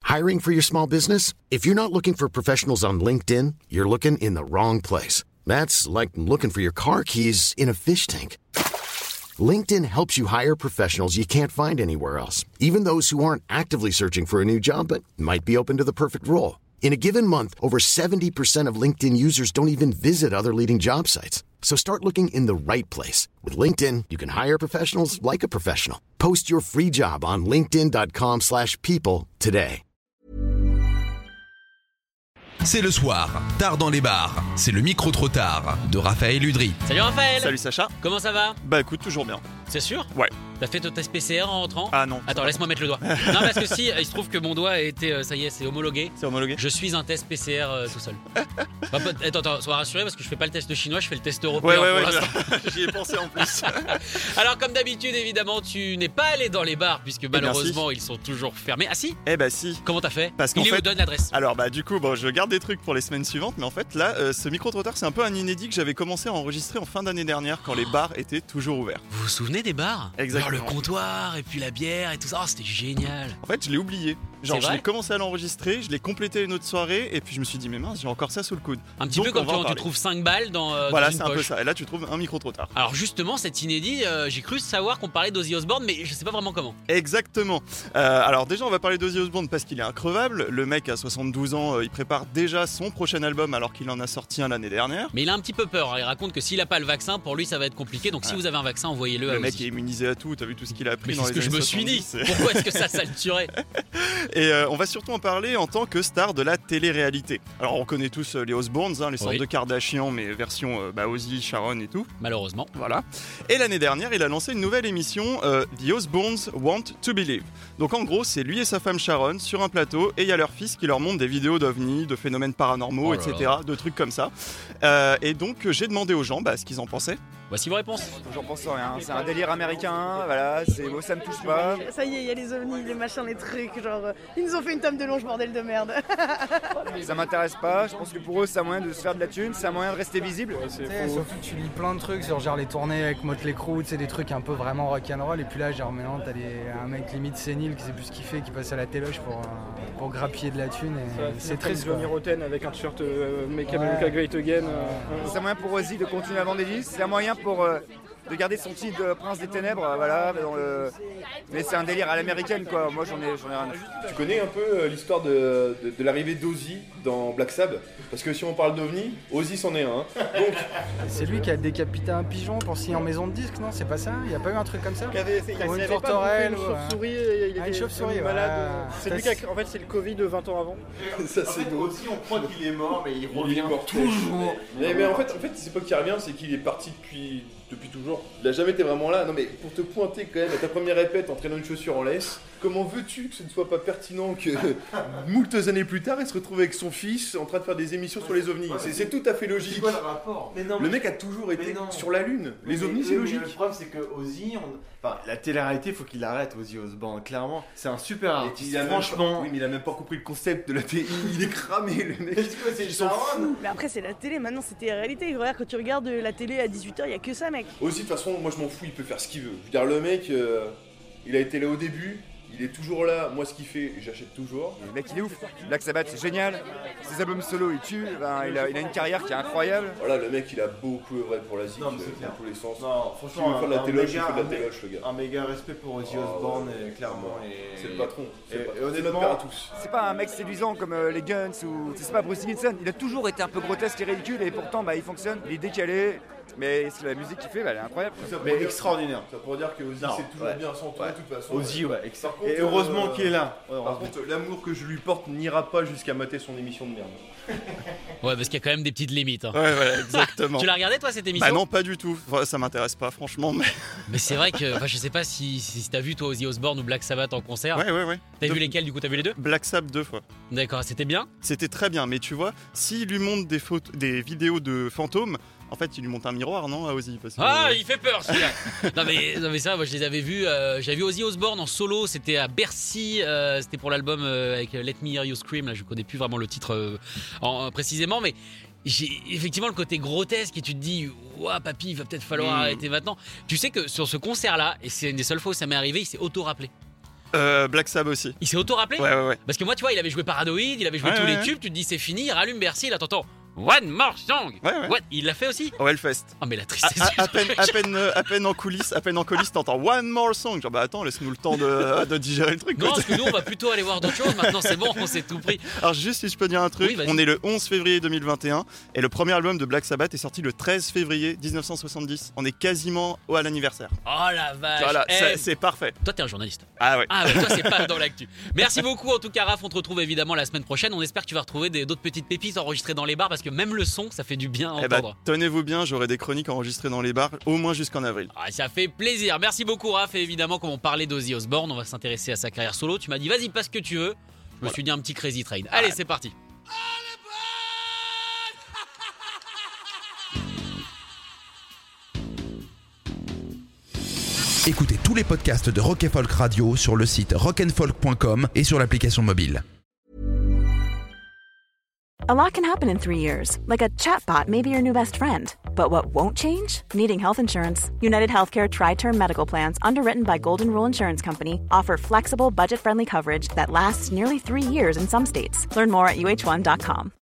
Hiring for your small business? If you're not looking for professionals on LinkedIn, you're looking in the wrong place. That's like looking for your car keys in a fish tank. LinkedIn helps you hire professionals you can't find anywhere else, even those who aren't actively searching for a new job but might be open to the perfect role. In a given month, over 70% of LinkedIn users don't even visit other leading job sites. So start looking in the right place. With LinkedIn, you can hire professionals like a professional. Post your free job on linkedin.com/people today. C'est le soir, tard dans les bars. C'est le micro trop tard de Raphaël Udry. Salut Raphaël. Salut Sacha. Comment ça va? Bah écoute, toujours bien. C'est sûr? Ouais. T'as fait ton test PCR en rentrant? Ah non. Attends, laisse-moi mettre le doigt. Non, parce que si, il se trouve que mon doigt a été, ça y est, c'est homologué. C'est homologué. Je suis un test PCR tout seul. Attends, sois rassuré parce que je fais pas le test chinois, je fais le test européen pour l'instant. J'y ai pensé en plus. Alors comme d'habitude, évidemment, tu n'es pas allé dans les bars puisque malheureusement ils sont toujours fermés. Ah si? Eh bah si. Comment t'as fait? Parce qu'en Il est où? fait, Donne l'adresse. Alors bah du coup, bon, je garde des trucs pour les semaines suivantes, mais en fait là, ce micro-trottoir, c'est un peu un inédit que j'avais commencé à enregistrer en fin d'année dernière quand les bars étaient toujours ouverts. Vous vous souvenez des bars? Exactement. Genre le comptoir et puis la bière et tout ça. Oh, c'était génial. En fait, je l'ai oublié. Genre, C'est je vrai l'ai commencé à l'enregistrer, je l'ai complété une autre soirée, et puis je me suis dit, mais mince, j'ai encore ça sous le coude. Un petit Donc, peu comme on va en quand tu parler. trouves 5 balles dans Voilà, dans une c'est un peu poche. ça. Et là, tu trouves un micro trop tard. Alors justement, cet inédit, j'ai cru savoir qu'on parlait d'Ozzy Osbourne, mais je sais pas vraiment comment. Exactement. Alors déjà, on va parler d'Ozzy Osbourne parce qu'il est increvable. Le mec a 72 ans, il prépare déjà son prochain album alors qu'il en a sorti un l'année dernière. Mais il a un petit peu peur, hein. Il raconte que s'il a pas le vaccin, pour lui ça va être compliqué, donc si vous avez un vaccin, envoyez-le à Le mec Ozzy. est immunisé à tout, t'as vu tout ce qu'il a appris Mais dans c'est ce les que je années me suis dit. 70. Pourquoi est-ce que ça le tuerait? Et on va surtout en parler en tant que star de la télé-réalité. Alors on connaît tous les Osbournes, les sortes Oui. de Kardashian, mais version Ozzy, Sharon et tout. Malheureusement. Voilà. Et l'année dernière, il a lancé une nouvelle émission, The Osbournes Want to Believe. Donc en gros, c'est lui et sa femme Sharon sur un plateau, et il y a leur fils qui leur montre des vidéos d'ovnis, de phénomènes paranormaux, Oh là etc., là. de trucs comme ça. Et donc j'ai demandé aux gens ce qu'ils en pensaient. Voici vos réponses. J'en pense rien, c'est un délire américain, voilà, c'est moi ça me touche pas. Ça y est, il y a les ovnis, les machins, les trucs, genre ils nous ont fait une tome de longe, bordel de merde. Ça m'intéresse pas, je pense que pour eux c'est un moyen de se faire de la thune, c'est un moyen de rester visible. Surtout tu lis plein de trucs sur genre les tournées avec Motley Crue, des trucs un peu vraiment rock'n'roll, et puis là genre maintenant t'as un mec limite sénile qui sait plus ce qu'il fait, qui passe à la téloche pour grappiller de la thune, et c'est triste quoi. Johnny Rotten avec un t-shirt Make America Great Again. C'est un moyen pour Ozzy de continuer à vendre des disques, c'est un moyen pour de garder son titre de Prince des Ténèbres, voilà, mais c'est un délire à l'américaine quoi, moi j'en ai rien à foutre. Tu connais un peu l'histoire de l'arrivée d'Ozzy dans Black Sabbath? Parce que si on parle d'OVNI, Ozzy c'en est un. Donc, C'est lui qui a décapité un pigeon pour signer en maison de disque, non? C'est pas ça? Il y a pas eu un truc comme ça? Ou une tourterelle, une chauve-souris, il était une chauve-souris, malade. ouais. C'est lui qui a, en fait c'est le Covid 20 ans avant. ça c'est beau. Aussi, on croit qu'il est mort, mais il revient toujours. Mais en fait, c'est pas qu'il revient, c'est qu'il est parti depuis toujours. Il a jamais été vraiment là. Non mais pour te pointer quand même à ta première répète en traînant une chaussure en laisse, comment veux-tu que ce ne soit pas pertinent que moultes années plus tard, il se retrouve avec son fils en train de faire des émissions sur les ovnis? C'est tout à fait logique. C'est quoi le rapport? Mais non, Le mec a toujours été sur la Lune. Les ovnis, c'est logique. Le problème, c'est que Ozzy, la télé-réalité, faut qu'il arrête, Ozzy Osbourne. Clairement, c'est un super artiste. Franchement, Oui, mais il a même pas compris le concept de la télé. Il est cramé, le mec. c'est Ils sont Sharon. Mais après c'est la télé, maintenant c'était la réalité. Regarde, quand tu regardes la télé à 18h, il y a que ça mec. Aussi, de toute façon, moi je m'en fous, il peut faire ce qu'il veut. Je veux dire, le mec, il a été là au début, il est toujours là. Moi, ce qu'il fait, j'achète toujours. Le mec il est ouf, Black Sabbath c'est génial, ses albums solo il tue, il a une carrière qui est incroyable. Voilà, le mec, il a beaucoup œuvré pour la zik, Non, mais c'est clair. dans tous les sens. Non, Si franchement, il veut faire de la téloche, il méga- fait de la téloche, le gars. un méga respect pour Ozzy Oh, Osbourne, ouais. clairement. Et... C'est le patron. Et C'est honnêtement, notre père à tous. C'est pas un mec séduisant comme les Guns ou c'est pas Bruce Dickinson, il a toujours été un peu grotesque et ridicule et pourtant il fonctionne, il est décalé, mais c'est la musique qu'il fait, elle est incroyable. mais extraordinaire. Ça pourrait dire que Ozzy, Non, c'est toujours ouais. bien s'entourer de toute façon. Ozzy, ouais, Par contre, et heureusement qu'il est là. Ouais, Par heureusement. contre, l'amour que je lui porte n'ira pas jusqu'à mater son émission de merde. Ouais, parce qu'il y a quand même des petites limites. Hein. Ouais, exactement. Tu l'as regardé toi cette émission? Bah non, pas du tout. Enfin, ça m'intéresse pas, franchement. Mais c'est vrai que, je sais pas si t'as vu toi Ozzy Osbourne ou Black Sabbath en concert. Ouais. T'as Deux- vu lesquels du coup? T'as vu les deux? Black Sabbath 2 fois. D'accord, c'était bien? C'était très bien, mais tu vois, s'il lui montre des vidéos de fantômes, en fait, il lui monte un miroir, non, à Ozzy parce que... Ah, il fait peur celui-là. non mais ça, moi je les avais vus. J'avais vu Ozzy Osbourne en solo, c'était à Bercy, c'était pour l'album avec Let Me Hear You Scream. Là, je connais plus vraiment le titre précisément, mais j'ai effectivement le côté grotesque et tu te dis, ouah, papy, il va peut-être falloir arrêter maintenant. Tu sais que sur ce concert-là, et c'est une des seules fois où ça m'est arrivé, il s'est auto-rappelé. Black Sabbath aussi. Il s'est auto-rappelé ? Ouais. Parce que moi, tu vois, il avait joué Paranoid, il avait joué tous les tubes, tu te dis c'est fini, il rallume Bercy, là t'entends One More Song. Ouais. What ? Il l'a fait aussi ? Au Hellfest. Oh mais la tristesse. À peine en coulisses, t'entends One More Song. Genre bah attends, laisse-nous le temps de digérer le truc. Non, parce que nous on va plutôt aller voir d'autres choses. Maintenant c'est bon, on s'est tout pris. Alors juste si je peux dire un truc, Oui, on est le 11 février 2021 et le premier album de Black Sabbath est sorti le 13 février 1970. On est quasiment à l'anniversaire. Oh la vache. Voilà, c'est parfait. Toi t'es un journaliste. Ah ouais. Ah ouais, toi c'est pas dans l'actu. Merci beaucoup en tout cas Raph, on te retrouve évidemment la semaine prochaine. On espère que tu vas retrouver d'autres petites pépites enregistrées dans les bars parce que même le son ça fait du bien à entendre. Tenez-vous bien, j'aurai des chroniques enregistrées dans les bars au moins jusqu'en avril. Ah, ça fait plaisir. Merci beaucoup Raph et évidemment comme on parlait d'Ozzy Osbourne, on va s'intéresser à sa carrière solo. Tu m'as dit vas-y pas ce que tu veux. Je me suis dit un petit Crazy Train. Allez, c'est parti. Écoutez tous les podcasts de Rock & Folk Radio sur le site rockandfolk.com et sur l'application mobile. A lot can happen in 3 years, like a chatbot may be your new best friend. But what won't change? Needing health insurance. United Healthcare Tri-Term Medical Plans, underwritten by Golden Rule Insurance Company, offer flexible, budget-friendly coverage that lasts nearly 3 years in some states. Learn more at uh1.com.